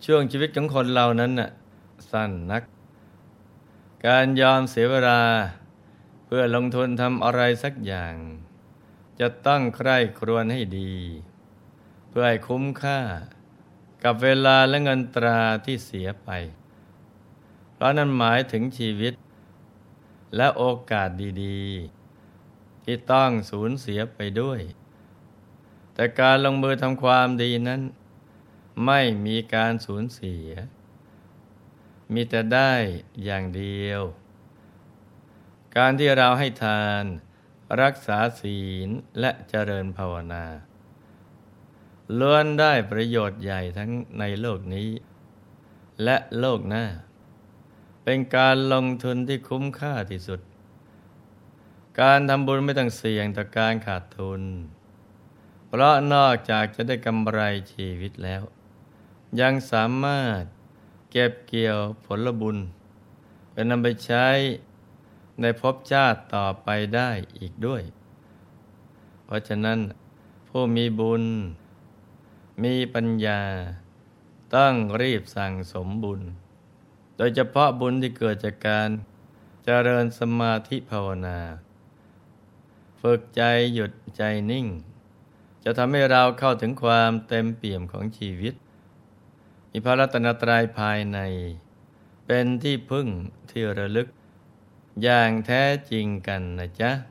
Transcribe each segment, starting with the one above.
ช่วงชีวิตของคนเรานั้นน่ะสั้นนักการยอมเสียเวลาเพื่อลงทุนทำอะไรสักอย่าง จะต้องใคร่ครวญให้ดี เพื่อให้คุ้มค่ากับเวลาและเงินตราที่เสียไปเพราะนั้นหมายถึงชีวิตและโอกาสดีๆที่ต้องสูญเสียไปด้วยแต่การลงมือทำความดีนั้นไม่มีการสูญเสียมีแต่ได้อย่างเดียวการที่เราให้ทานรักษาศีลและเจริญภาวนาล้วนได้ประโยชน์ใหญ่ทั้งในโลกนี้และโลกหน้าเป็นการลงทุนที่คุ้มค่าที่สุดการทำบุญไม่ต้องเสี่ยงต่อการขาดทุนเพราะนอกจากจะได้กำไรชีวิตแล้วยังสามารถเก็บเกี่ยวผลบุญเป็นนำไปใช้ในภพชาติต่อไปได้อีกด้วยเพราะฉะนั้นผู้มีบุญมีปัญญาต้องรีบสั่งสมบุญโดยเฉพาะบุญที่เกิดจากการเจริญสมาธิภาวนาฝึกใจหยุดใจนิ่งจะทำให้เราเข้าถึงความเต็มเปี่ยมของชีวิตมีพระรัตนตรัยภายในเป็นที่พึ่งที่ระลึกอย่างแท้จริงกันนะจ๊ะ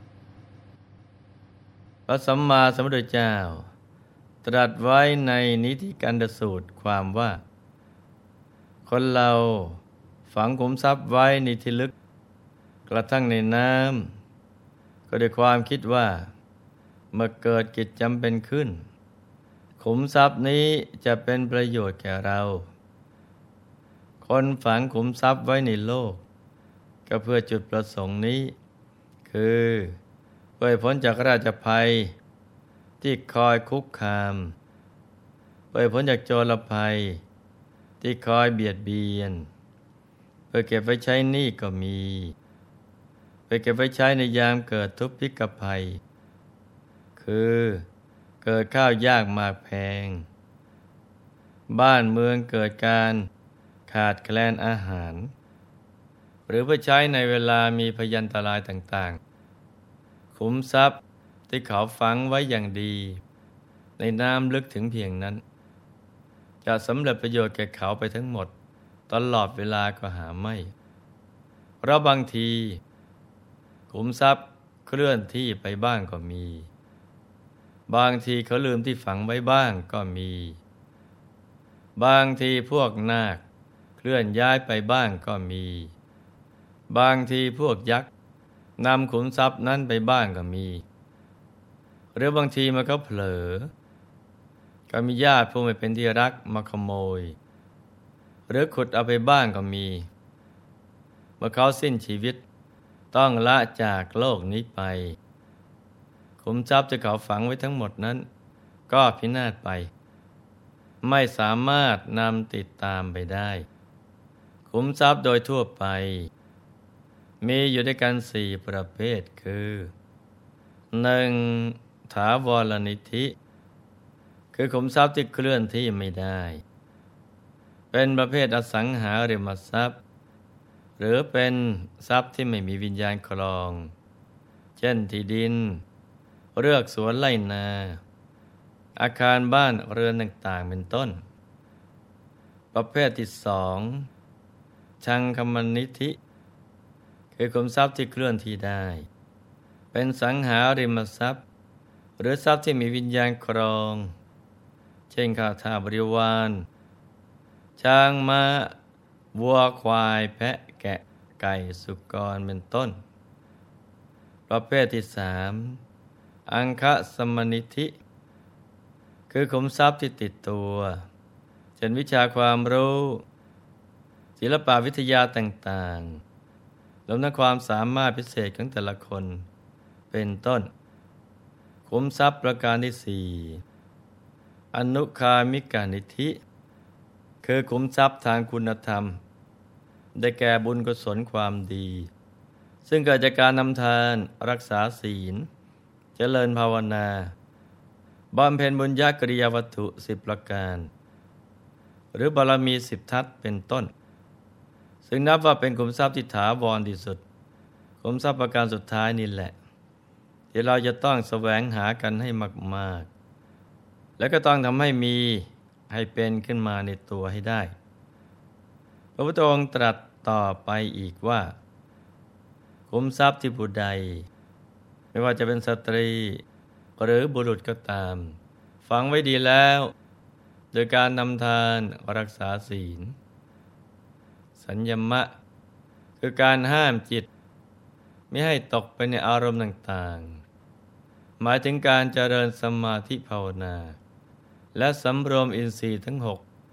พระสัมมาสัมพุทธเจ้าตรัสไว้ในนิธิกันดสูตรความว่าคนเราฝังขุมทรัพย์ไว้ในที่ลึกกระทั่งในน้ำก็ด้วยความคิดว่าเมื่อเกิดกิจจำเป็นขึ้นขุมทรัพย์นี้จะเป็นประโยชน์แก่เราคนฝังขุมทรัพย์ไว้ในโลกก็เพื่อจุดประสงค์นี้คือเพื่อให้พ้นจากราชภัยที่คอยคุกคามเพื่อให้พ้นจากโจรภัยที่คอยเบียดเบียนเพื่อเก็บไว้ใช้หนี้ก็มีเพื่อเก็บไว้ใช้ในยามเกิดทุพพิกภัยคือเกิดข้าวยากหมากแพงบ้านเมืองเกิดการขาดแคลนอาหารหรือเพื่อใช้ในเวลามีพยันตรายต่างๆขุมทรัพย์ที่เขาฝังไว้อย่างดีในน้ำลึกถึงเพียงนั้นจะสำเร็จประโยชน์แก่เขาไปทั้งหมดตลอดเวลาก็หาไม่เพราะบางทีขุมทรัพย์เคลื่อนที่ไปบ้างก็มีบางทีเขาลืมที่ฝังไว้บ้างก็มีบางทีพวกนาคเคลื่อนย้ายไปบ้างก็มีบางทีพวกยักษ์นำขุมทรัพย์นั้นไปบ้างก็มีหรือบางทีมันก็เผลอก็มีญาติผู้ไม่เป็นที่รักมาขโมยหรือขุดเอาไปบ้างก็มีเมื่อเขาสิ้นชีวิตต้องละจากโลกนี้ไปขุมทรัพย์ที่เขาฝังไว้ทั้งหมดนั้นก็พินาศไปไม่สามารถนำติดตามไปได้ขุมทรัพย์โดยทั่วไปมีอยู่ด้วยกัน4ประเภทคือ 1. ถาวรนิธิคือขุมทรัพย์ที่เคลื่อนที่ไม่ได้เป็นประเภทอสังหาริมทรัพย์หรือเป็นทรัพย์ที่ไม่มีวิญญาณครองเช่นที่ดินเรือกสวนไร่นาอาคารบ้านเรือนต่างๆเป็นต้นประเภทที่ 2. ชังคมนิธิคือขุมทรัพย์ที่เคลื่อนที่ได้เป็นสังหาริมทรัพย์หรือทรัพย์ที่มีวิญญาณครองเช่นข้าวทาสบริวารช้างม้าวัวควายแพะแกะไก่สุกรเป็นต้นประเภทที่ 3. อังคสมนิธิคือขุมทรัพย์ที่ติดตัวเช่นวิชาความรู้ศิลปวิทยาต่างๆรวมทั้งความสามารถพิเศษของแต่ละคนเป็นต้นขุมทรัพย์ประการที่ 4. อนุคามิกานิธิคือขุมทรัพย์ทางคุณธรรมได้แก่บุญกุศลความดีซึ่งเกิดจากการนำทานรักษาศีลเจริญภาวนาบำเพ็ญบุญญากริยาวัตถุ10ประการหรือบารมี10 ทัศน์เป็นต้นซึ่งนับว่าเป็นขุมทรัพย์ที่ถาวรที่สุดขุมทรัพย์ประการสุดท้ายนี่แหละที่เราจะต้องแสวงหากันให้มากๆและก็ต้องทำให้มีให้เป็นขึ้นมาในตัวให้ได้พระพุทธองค์ตรัสต่อไปอีกว่าขุมทรัพย์ที่ผู้ใดไม่ว่าจะเป็นสตรีหรือบุรุษก็ตามฝังไว้ดีแล้วโดยการนำทานรักษาศีลสัญญมะคือการห้ามจิตไม่ให้ตกไปในอารมณ์ต่างๆหมายถึงการเจริญสมาธิภาวนาและสำรวมอินทรีย์ทั้ง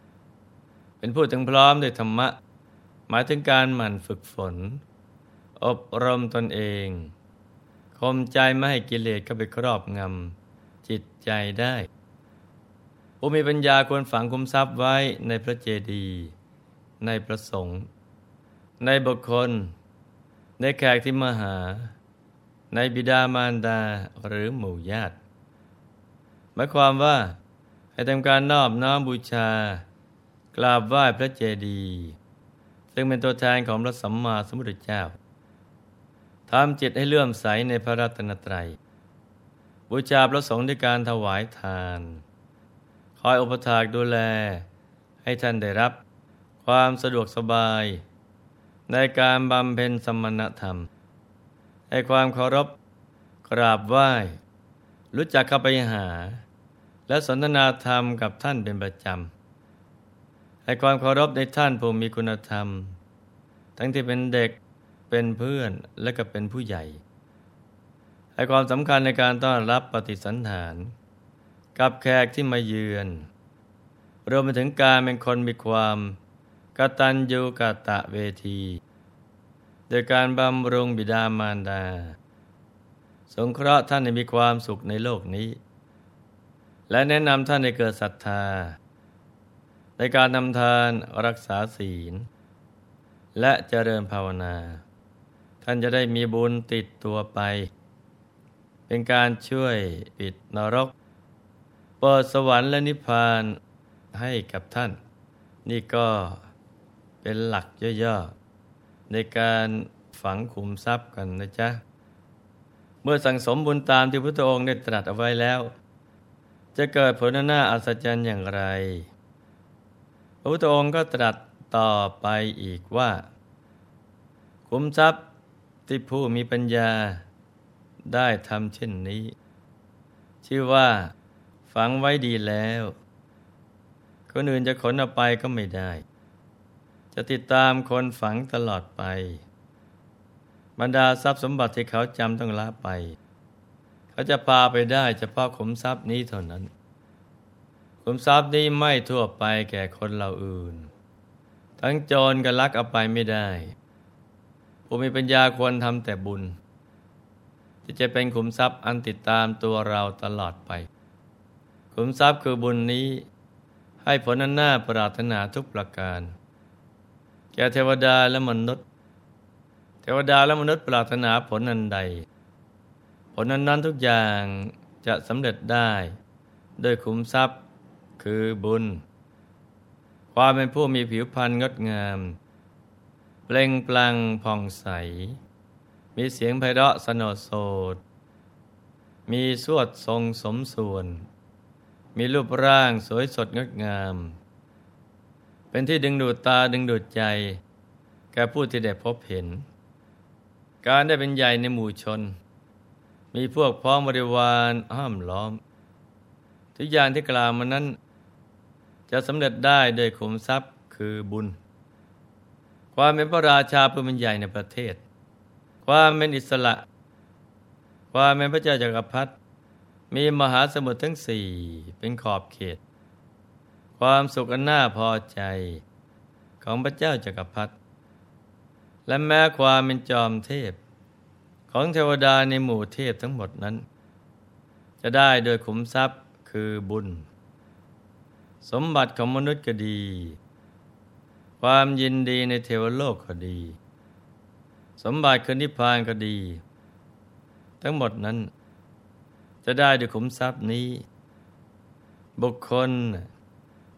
6เป็นผู้ถึงพร้อมด้วยธรรมะหมายถึงการหมั่นฝึกฝนอบรมตนเองข่มใจไม่ให้กิเลสเข้าไปครอบงำจิตใจได้ผู้มีปัญญาควรฝังขุมทรัพย์ไว้ในพระเจดีย์ในพระสงฆ์ในบุคคลในแขกที่มาหาในบิดามารดาหรือหมู่ญาติหมายความว่าให้ทำการนอบน้อมบูชากราบไหว้พระเจดีย์ซึ่งเป็นตัวแทนของพระสัมมาสัมพุทธเจ้าทำจิตให้เลื่อมใสในพระรัตนตรัยบูชาพระสงฆ์ด้วยการถวายทานคอยอุปถากดูแลให้ท่านได้รับความสะดวกสบายในการบำเพ็ญสมณธรรมให้ความเคารพกราบไหว้รู้จักเข้าไปหาและสนทนาธรรมกับท่านเป็นประจำให้ความเคารพในท่านผู้มีคุณธรรมทั้งที่เป็นเด็กเป็นเพื่อนและก็เป็นผู้ใหญ่ให้ความสำคัญในการต้อนรับปฏิสันถานกับแขกที่มาเยือนรวมไปถึงการเป็นคนมีความกตัญญูกตเวทีโดยการบำรุงบิดามารดาสงเคราะห์ท่านให้มีความสุขในโลกนี้และแนะนำท่านให้เกิดศรัทธาในการนำทานรักษาศีลและเจริญภาวนาท่านจะได้มีบุญติดตัวไปเป็นการช่วยปิดนรกเปิดสวรรค์และนิพพานให้กับท่านนี่ก็เป็นหลักย่อๆในการฝังขุมทรัพย์กันนะจ๊ะเมื่อสั่งสมบุญตามที่พระพุทธองค์ได้ตรัสเอาไว้แล้วจะเกิดผลน่าอัศจรรย์อย่างไรพระพุทธองค์ก็ตรัสต่อไปอีกว่าขุมทรัพย์ที่ผู้มีปัญญาได้ทำเช่นนี้ชื่อว่าฝังไว้ดีแล้วคนอื่นจะขนเอาไปก็ไม่ได้จะติดตามคนฝังตลอดไปบรรดาทรัพย์สมบัติที่เขาจำต้องละไปเขาจะพาไปได้เฉพาะขุมทรัพย์นี้เท่านั้นขุมทรัพย์นี้ไม่ทั่วไปแก่คนเราอื่นทั้งโจรก็ลักเอาไปไม่ได้ผู้มีปัญญาควรทำแต่บุญที่จะเป็นขุมทรัพย์อันติดตามตัวเราตลอดไปขุมทรัพย์คือบุญนี้ให้ผลอันน่าปรารถนาทุกประการแก่เทวดาและมนุษย์เทวดาและมนุษย์ปรารถนาผลอันใดผลนั้นทุกอย่างจะสำเร็จได้โดยขุมทรัพย์คือบุญความเป็นผู้มีผิวพรรณงดงามเปล่งปลั่งผ่องใสมีเสียงไพเราะสนอโสดมีสวดทรงสมส่วนมีรูปร่างสวยสดงดงามเป็นที่ดึงดูดตาดึงดูดใจแก่ผู้ที่ได้พบเห็นการได้เป็นใหญ่ในหมู่ชนมีพวกพ้องบริวารห้อมล้อมทุกอย่างที่กล่าวมานั้นจะสำเร็จได้โดยขุมทรัพย์คือบุญความเป็นพระราชาผู้เป็นใหญ่ในประเทศความเป็นอิสระความเป็นพระเจ้าจักรพรรดิมีมหาสมุทรทั้งสี่เป็นขอบเขตความสุขอันน่าพอใจของพระเจ้าจักรพรรดิและแม้ความเป็นจอมเทพของเทวดาในหมู่เทพทั้งหมดนั้นจะได้โดยขุมทรัพย์คือบุญสมบัติของมนุษย์ก็ดีความยินดีในเทวโลกก็ดีสมบัติคือนิพพานก็ดีทั้งหมดนั้นจะได้ด้วยขุมทรัพย์นี้บุคคล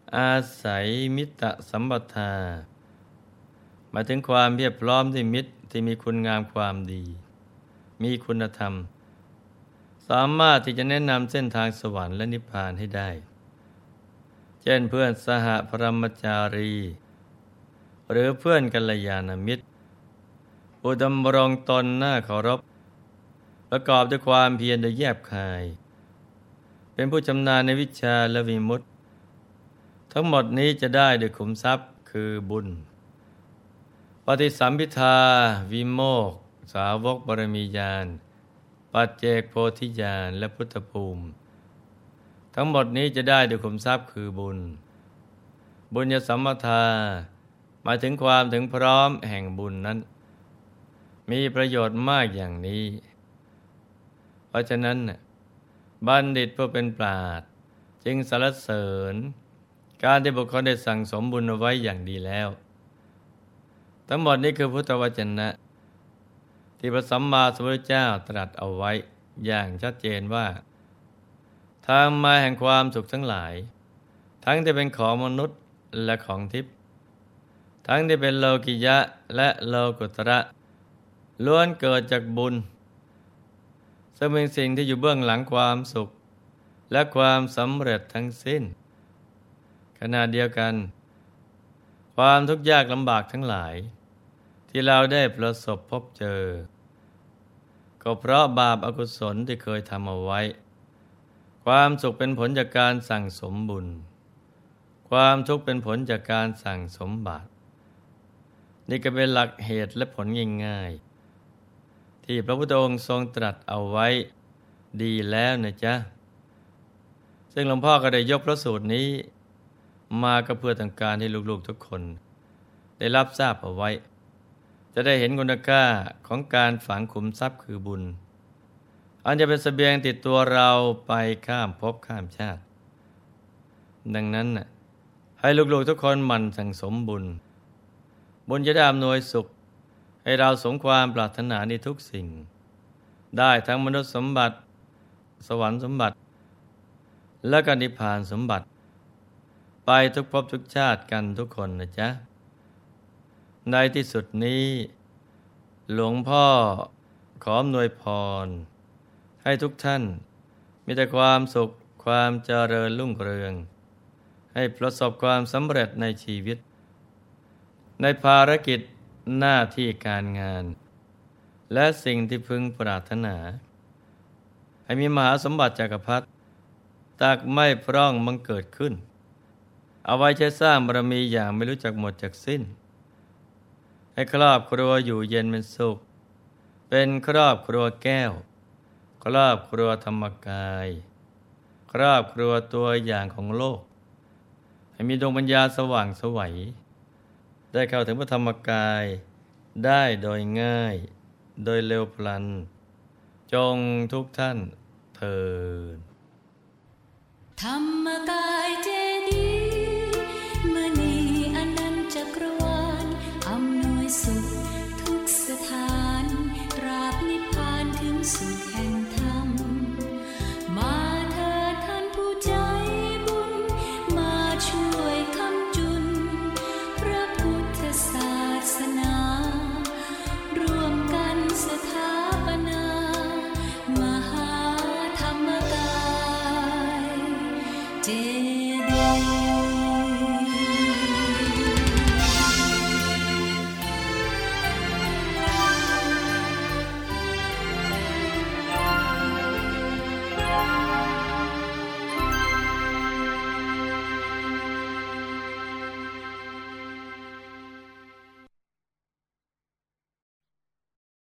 อาศัยมิตรสัมปทาหมายถึงความเพียบพร้อมด้วยมิตรที่มีคุณงามความดีมีคุณธรรมสามารถที่จะแนะนำเส้นทางสวรรค์และนิพพานให้ได้เช่นเพื่อนสหพรหมจารีหรือเพื่อนกัลยาณมิตรผู้ดำรงตนน่าเคารพประกอบด้วยความเพียรโดยแยบคายเป็นผู้ชำนาญในวิชาและวิมุตติทั้งหมดนี้จะได้ด้วยขุมทรัพย์คือบุญปฏิสัมภิทาวิโมกข์สาวกบารมีญาณปัจเจกโพธิญาณและพุทธภูมิทั้งหมดนี้จะได้ด้วยขุมทรัพย์คือบุญบุญญสัมปทาหมายถึงความถึงพร้อมแห่งบุญนั้นมีประโยชน์มากอย่างนี้เพราะฉะนั้นบัณฑิตผู้เป็นปราชญ์จึงสรรเสริญการที่บุคคลได้สั่งสมบุญเอาไว้อย่างดีแล้วทั้งหมดนี้คือพุทธวจนะที่พระสัมมาสัมพุทธเจ้าตรัสเอาไว้อย่างชัดเจนว่าทางมาแห่งความสุขทั้งหลายทั้งที่เป็นของมนุษย์และของทิพย์ทั้งที่เป็นโลกิยะและโลกุตระล้วนเกิดจากบุญซึ่งเป็นสิ่งที่อยู่เบื้องหลังความสุขและความสำเร็จทั้งสิ้นขณะเดียวกันความทุกข์ยากลำบากทั้งหลายที่เราได้ประสบพบเจอก็เพราะบาปอกุศลที่เคยทำเอาไว้ความสุขเป็นผลจากการสั่งสมบุญความทุกข์เป็นผลจากการสั่งสมบาปนี่ก็เป็นหลักเหตุและผลง่ายๆที่พระพุทธองค์ทรงตรัสเอาไว้ดีแล้วนะจ๊ะซึ่งหลวงพ่อก็ได้ยกพระสูตรนี้มาก็เพื่อต้องการให้ลูกๆทุกคนได้รับทราบเอาไว้จะได้เห็นคุณค่าของการฝังขุมทรัพย์คือบุญอันจะเป็นเสบียงติดตัวเราไปข้ามภพข้ามชาติดังนั้นให้ลูกๆทุกคนหมั่นสั่งสมบุญบุญจะได้อำนวยสุขให้เราสมความปรารถนาในทุกสิ่งได้ทั้งมนุษย์สมบัติสวรรค์สมบัติและก็นิพพานสมบัติไปทุกภพทุกชาติกันทุกคนนะจ๊ะในที่สุดนี้หลวงพ่อขออำนวยพรให้ทุกท่านมีแต่ความสุขความเจริญรุ่งเรืองให้ประสบความสำเร็จในชีวิตในภารกิจหน้าที่การงานและสิ่งที่พึงปรารถนาให้มีมหาสมบัติจักรพรรดิตักไม่พร่องบังเกิดขึ้นเอาไว้ใช้สร้างบารมีอย่างไม่รู้จักหมดจักสิ้นให้ครอบครัวอยู่เย็นเป็นสุขเป็นครอบครัวแก้วครอบครัวธรรมกายครอบครัวตัวอย่างของโลกให้มีดวงปัญญาสว่างไสวได้เข้าถึงพระธรรมกายได้โดยง่ายโดยเร็วพลันจงทุกท่านเถิดธรรมกายเจดีย์มณีอนันต์จักรวาลอำนวยสุข